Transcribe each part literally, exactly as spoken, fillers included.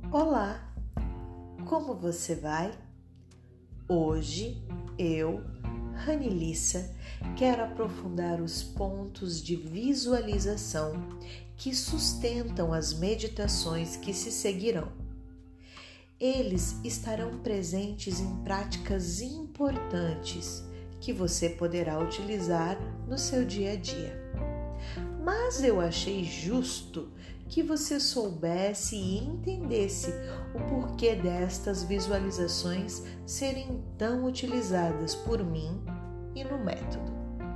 Olá, como você vai? Hoje eu, Ranilissa, quero aprofundar os pontos de visualização que sustentam as meditações que se seguirão. Eles estarão presentes em práticas importantes que você poderá utilizar no seu dia a dia. Mas eu achei justo que você soubesse e entendesse o porquê destas visualizações serem tão utilizadas por mim e no método.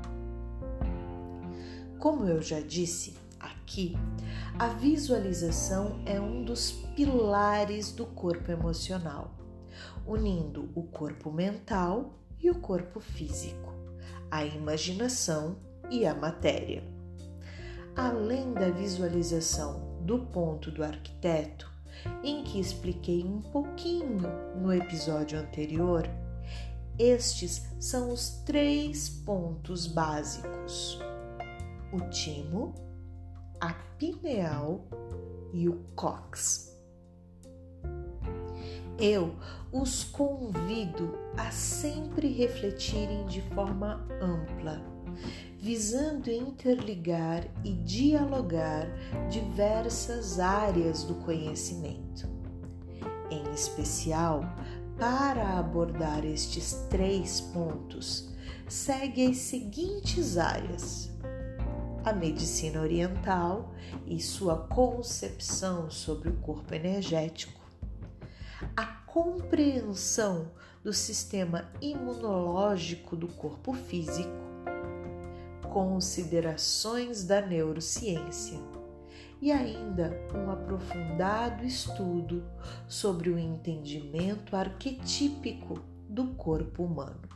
Como eu já disse aqui, a visualização é um dos pilares do corpo emocional, unindo o corpo mental e o corpo físico, a imaginação e a matéria. Além da visualização do ponto do arquiteto, em que expliquei um pouquinho no episódio anterior, estes são os três pontos básicos: o timo, a pineal e o cox. Eu os convido a sempre refletirem de forma ampla, visando interligar e dialogar diversas áreas do conhecimento. Em especial, para abordar estes três pontos, segue as seguintes áreas: a medicina oriental e sua concepção sobre o corpo energético, a compreensão do sistema imunológico do corpo físico, considerações da neurociência e ainda um aprofundado estudo sobre o entendimento arquetípico do corpo humano.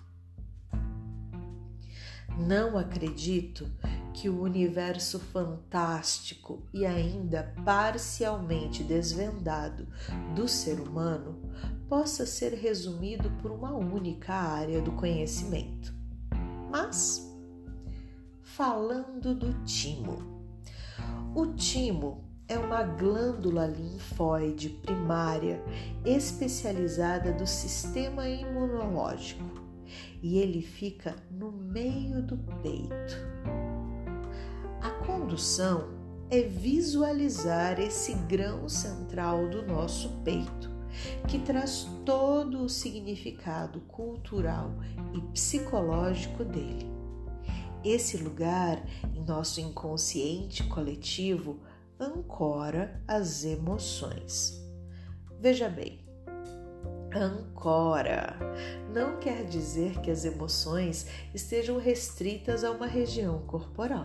Não acredito que o universo fantástico e ainda parcialmente desvendado do ser humano possa ser resumido por uma única área do conhecimento. Mas falando do timo. O timo é uma glândula linfóide primária especializada do sistema imunológico e ele fica no meio do peito. A condução é visualizar esse grão central do nosso peito, que traz todo o significado cultural e psicológico dele. Esse lugar, em nosso inconsciente coletivo, ancora as emoções. Veja bem, ancora não quer dizer que as emoções estejam restritas a uma região corporal.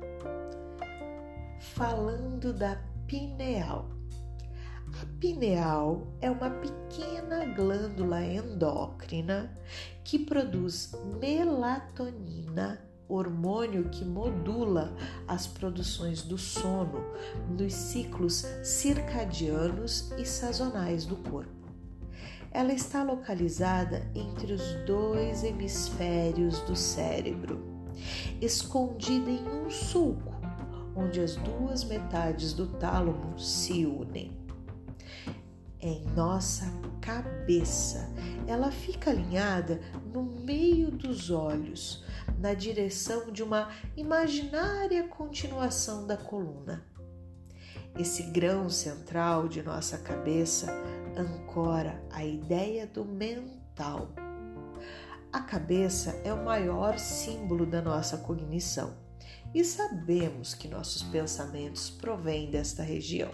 Falando da pineal. A pineal é uma pequena glândula endócrina que produz melatonina, hormônio que modula as produções do sono nos ciclos circadianos e sazonais do corpo. Ela está localizada entre os dois hemisférios do cérebro, escondida em um sulco, onde as duas metades do tálamo se unem. Em nossa cabeça, ela fica alinhada no meio dos olhos, na direção de uma imaginária continuação da coluna. Esse grão central de nossa cabeça ancora a ideia do mental. A cabeça é o maior símbolo da nossa cognição e sabemos que nossos pensamentos provêm desta região.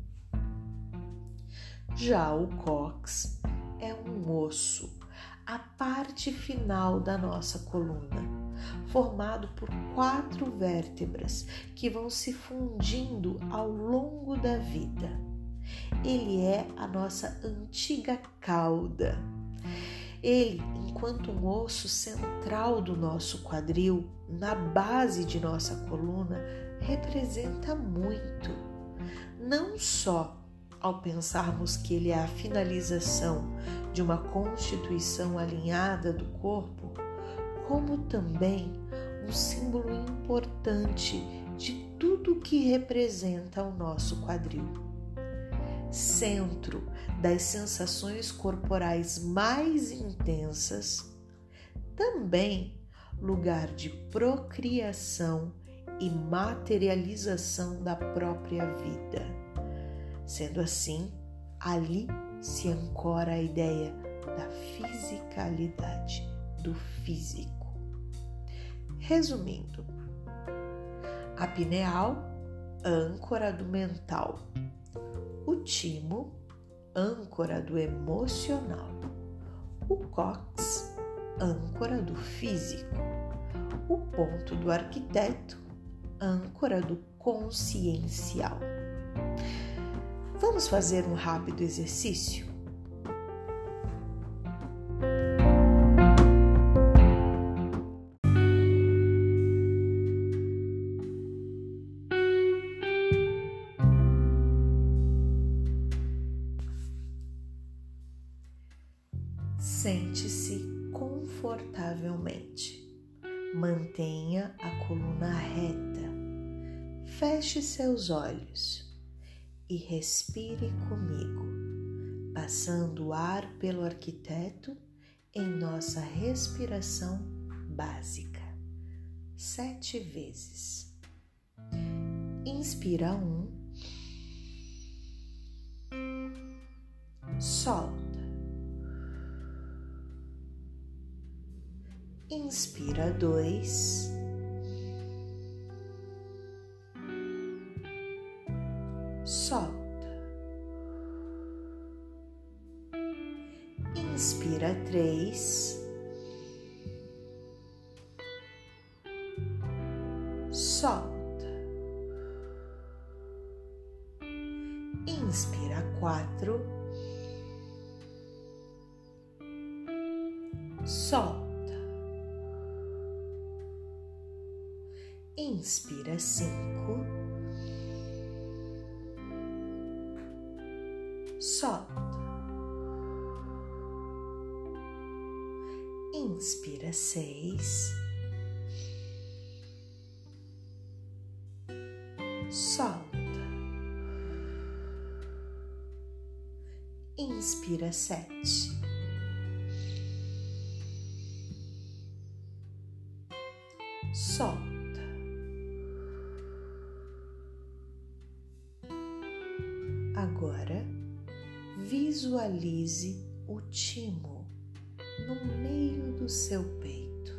Já o cóccix é um osso, a parte final da nossa coluna, formado por quatro vértebras que vão se fundindo ao longo da vida. Ele é a nossa antiga cauda. Ele, enquanto um osso central do nosso quadril, na base de nossa coluna, representa muito. Não só ao pensarmos que ele é a finalização de uma constituição alinhada do corpo, como também um símbolo importante de tudo que representa o nosso quadril. centro das sensações corporais mais intensas, também lugar de procriação e materialização da própria vida. Sendo assim, ali se ancora a ideia da fisicalidade, do físico. Resumindo, a pineal, âncora do mental, o timo, âncora do emocional, o cóccix, âncora do físico, o ponto do arquiteto, âncora do consciencial. Vamos fazer um rápido exercício? Sente-se confortavelmente. Mantenha a coluna reta. Feche seus olhos e respire comigo, passando o ar pelo arquiteto em nossa respiração básica. Sete vezes. Inspira um. Solta. Inspira dois. Solta. Inspira três. Solta. Inspira quatro. Solta. Inspira cinco, solta. Inspira seis, solta. Inspira sete, solta. Agora, visualize o timo no meio do seu peito.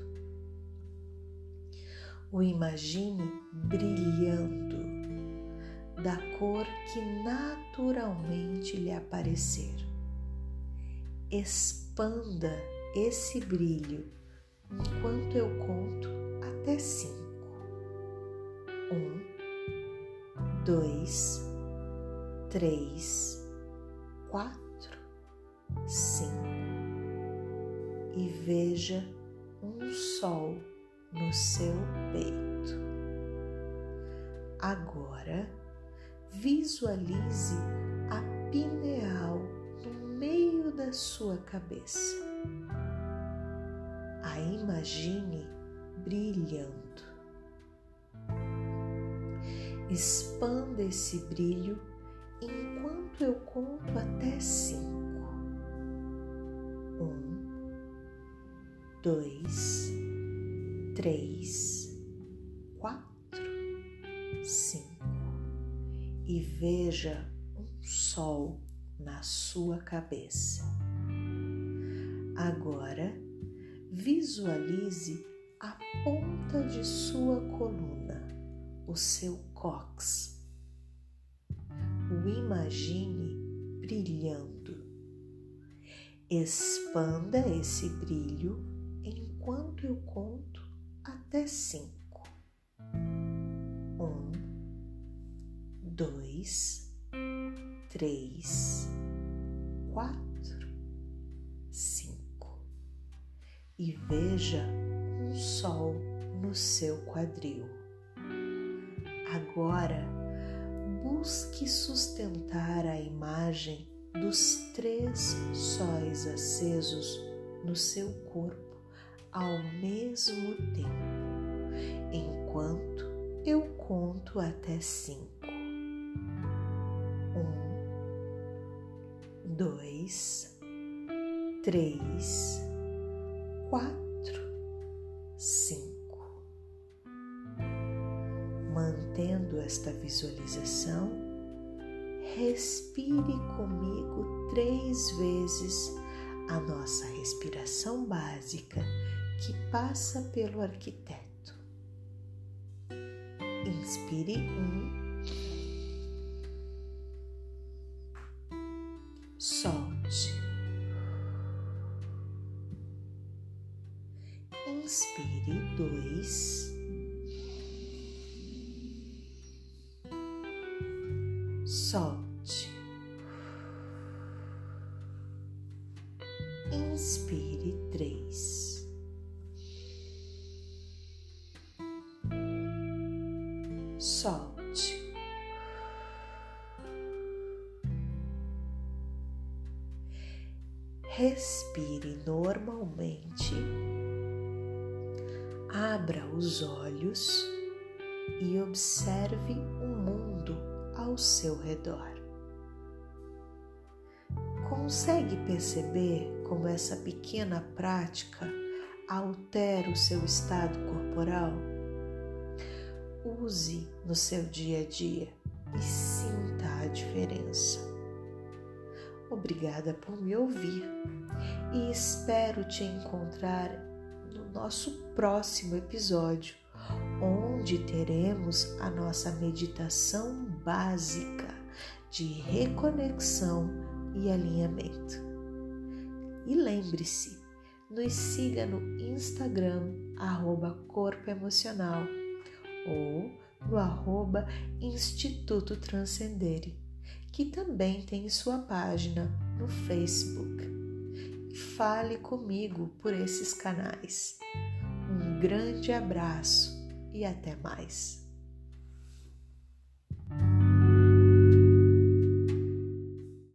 O imagine brilhando da cor que naturalmente lhe aparecer. Expanda esse brilho enquanto eu conto até cinco. Um, dois, três, quatro, cinco, e veja um sol no seu peito. Agora, visualize a pineal no meio da sua cabeça. A imagine brilhando. Expanda esse brilho enquanto eu conto até cinco. Um, dois, três, quatro, cinco. E veja um sol na sua cabeça. Agora, visualize a ponta de sua coluna, o seu cóccix. O imagine brilhando. Expanda esse brilho enquanto eu conto até cinco. Um, dois, três, quatro, cinco. E veja um sol no seu quadril. Agora, busque sustentar a imagem dos três sóis acesos no seu corpo ao mesmo tempo, enquanto eu conto até cinco. Um, dois, três, quatro, cinco. Mantendo esta visualização, respire comigo três vezes a nossa respiração básica que passa pelo arquiteto. Inspire um, solte. Inspire dois, solte. Inspire três, solte. Respire normalmente, abra os olhos e observe o mundo ao seu redor. Consegue perceber como essa pequena prática altera o seu estado corporal? Use no seu dia a dia e sinta a diferença. Obrigada por me ouvir e espero te encontrar no nosso próximo episódio, onde teremos a nossa meditação básica de reconexão e alinhamento. E lembre-se, nos siga no Instagram, arroba Corpo Emocional, ou no arroba Instituto Transcendere, que também tem sua página no Facebook. Fale comigo por esses canais. Um grande abraço e até mais.